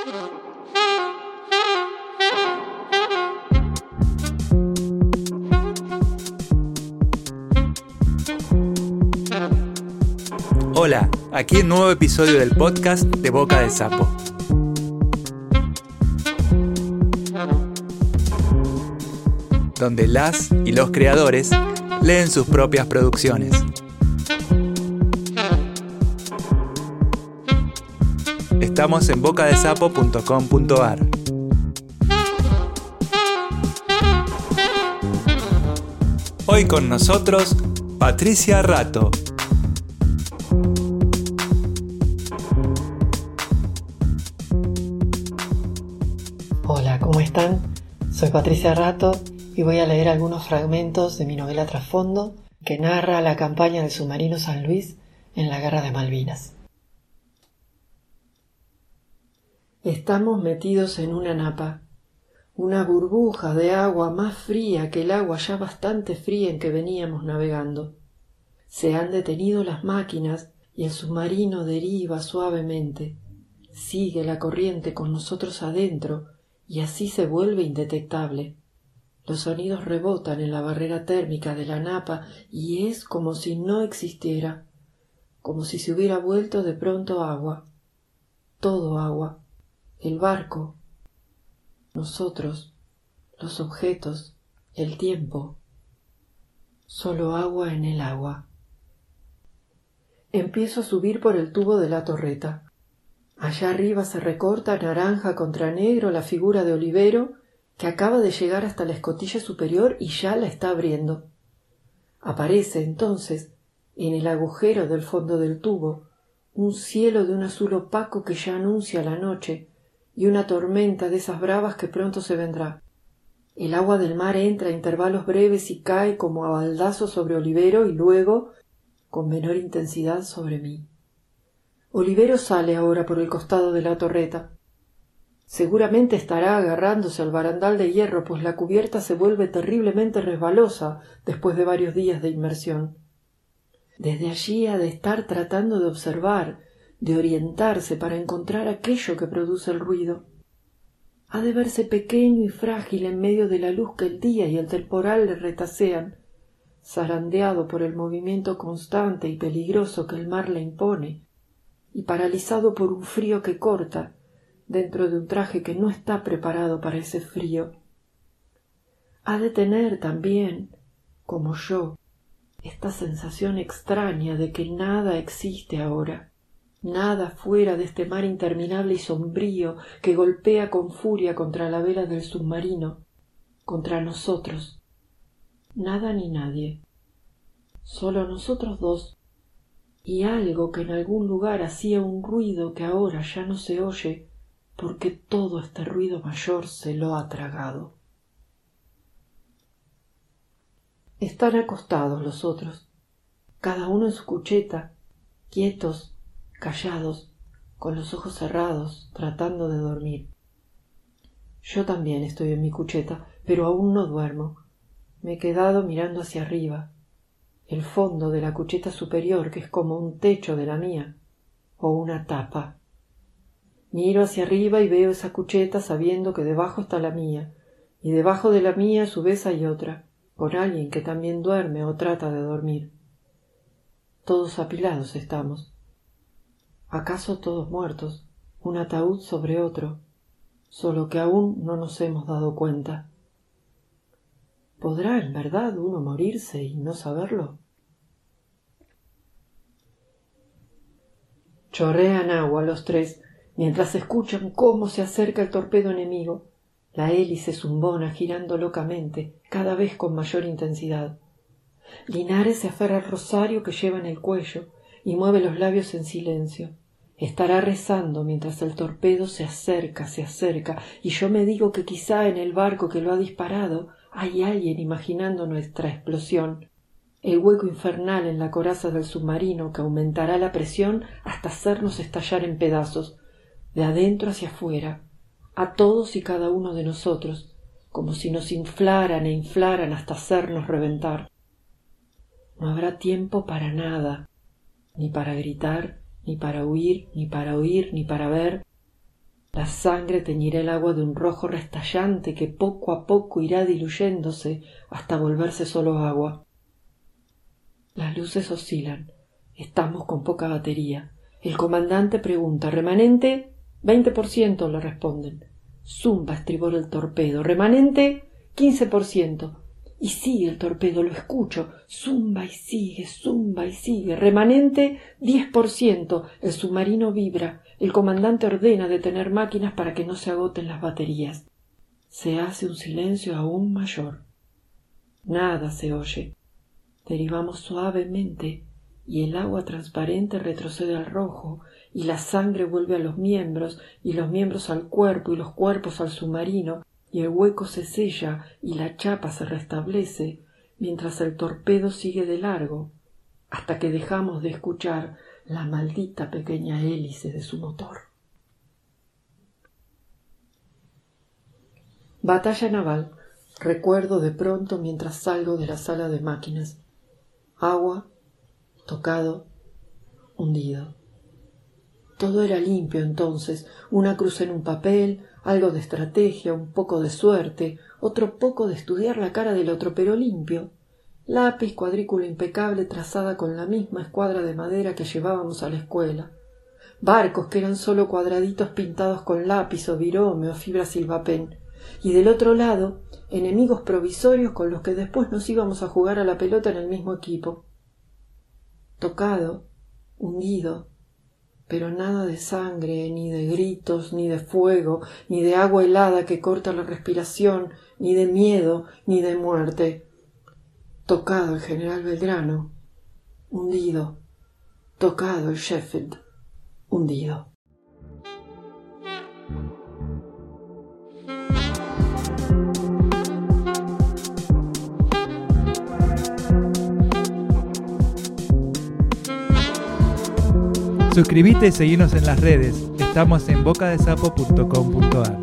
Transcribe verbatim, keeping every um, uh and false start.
Hola, aquí un nuevo episodio del podcast de Boca de Sapo. Donde las y los creadores leen sus propias producciones. Estamos en boca de sapo punto com punto a r. Hoy con nosotros, Patricia Rato. Hola, ¿cómo están? Soy Patricia Rato y voy a leer algunos fragmentos de mi novela Trasfondo que narra la campaña del submarino San Luis en la Guerra de Malvinas. Estamos metidos en una napa, una burbuja de agua más fría que el agua ya bastante fría en que veníamos navegando. Se han detenido las máquinas y el submarino deriva suavemente. Sigue la corriente con nosotros adentro y así se vuelve indetectable. Los sonidos rebotan en la barrera térmica de la napa y es como si no existiera, como si se hubiera vuelto de pronto agua. Todo agua. El barco, nosotros, los objetos, el tiempo. Solo agua en el agua. Empiezo a subir por el tubo de la torreta. Allá arriba se recorta naranja contra negro la figura de Olivero, que acaba de llegar hasta la escotilla superior y ya la está abriendo. Aparece entonces, en el agujero del fondo del tubo, un cielo de un azul opaco que ya anuncia la noche, y una tormenta de esas bravas que pronto se vendrá. El agua del mar entra a intervalos breves y cae como a baldazos sobre Olivero y luego, con menor intensidad, sobre mí. Olivero sale ahora por el costado de la torreta. Seguramente estará agarrándose al barandal de hierro, pues la cubierta se vuelve terriblemente resbalosa después de varios días de inmersión. Desde allí ha de estar tratando de observar, de orientarse para encontrar aquello que produce el ruido. Ha de verse pequeño y frágil en medio de la luz que el día y el temporal le retasean, zarandeado por el movimiento constante y peligroso que el mar le impone, y paralizado por un frío que corta, dentro de un traje que no está preparado para ese frío. Ha de tener también, como yo, esta sensación extraña de que nada existe ahora, nada fuera de este mar interminable y sombrío que golpea con furia contra la vela del submarino, contra nosotros. Nada ni nadie, solo nosotros dos, y algo que en algún lugar hacía un ruido que ahora ya no se oye, porque todo este ruido mayor se lo ha tragado. Están acostados los otros, cada uno en su cucheta, quietos, callados, con los ojos cerrados, tratando de dormir. Yo también estoy en mi cucheta, pero aún no duermo. Me he quedado mirando hacia arriba, el fondo de la cucheta superior, que es como un techo de la mía, o una tapa. Miro hacia arriba y veo esa cucheta sabiendo que debajo está la mía, y debajo de la mía a su vez hay otra, con alguien que también duerme o trata de dormir. Todos apilados estamos. ¿Acaso todos muertos, un ataúd sobre otro, solo que aún no nos hemos dado cuenta? ¿Podrá en verdad uno morirse y no saberlo? Chorrean agua los tres, mientras escuchan cómo se acerca el torpedo enemigo, la hélice zumbona girando locamente, cada vez con mayor intensidad. Linares se aferra al rosario que lleva en el cuello y mueve los labios en silencio. Estará rezando mientras el torpedo se acerca, se acerca, y yo me digo que quizá en el barco que lo ha disparado hay alguien imaginando nuestra explosión, el hueco infernal en la coraza del submarino que aumentará la presión hasta hacernos estallar en pedazos, de adentro hacia afuera, a todos y cada uno de nosotros, como si nos inflaran e inflaran hasta hacernos reventar. No habrá tiempo para nada, ni para gritar, ni para huir, ni para oír, ni para ver. La sangre teñirá el agua de un rojo restallante que poco a poco irá diluyéndose hasta volverse solo agua. Las luces oscilan. Estamos con poca batería. El comandante pregunta: ¿remanente? veinte por ciento, le responden. Zumba a estribor el torpedo. ¿Remanente? quince por ciento. Y sigue el torpedo, lo escucho. Zumba y sigue, zumba y sigue. Remanente, diez por ciento. El submarino vibra. El comandante ordena detener máquinas para que no se agoten las baterías. Se hace un silencio aún mayor. Nada se oye. Derivamos suavemente y el agua transparente retrocede al rojo y la sangre vuelve a los miembros y los miembros al cuerpo y los cuerpos al submarino y el hueco se sella y la chapa se restablece mientras el torpedo sigue de largo hasta que dejamos de escuchar la maldita pequeña hélice de su motor. Batalla naval. Recuerdo de pronto mientras salgo de la sala de máquinas. Agua, tocado, hundido. Todo era limpio entonces, una cruz en un papel, algo de estrategia, un poco de suerte, otro poco de estudiar la cara del otro, pero limpio. Lápiz, cuadrícula impecable trazada con la misma escuadra de madera que llevábamos a la escuela. Barcos que eran solo cuadraditos pintados con lápiz o virome o fibra silvapén. Y del otro lado, enemigos provisorios con los que después nos íbamos a jugar a la pelota en el mismo equipo. Tocado, hundido, pero nada de sangre, ni de gritos, ni de fuego, ni de agua helada que corta la respiración, ni de miedo, ni de muerte. Tocado el general Belgrano, hundido. Tocado el Sheffield, hundido. Suscríbete y seguinos en las redes. Estamos en bocadesapo punto com punto ar.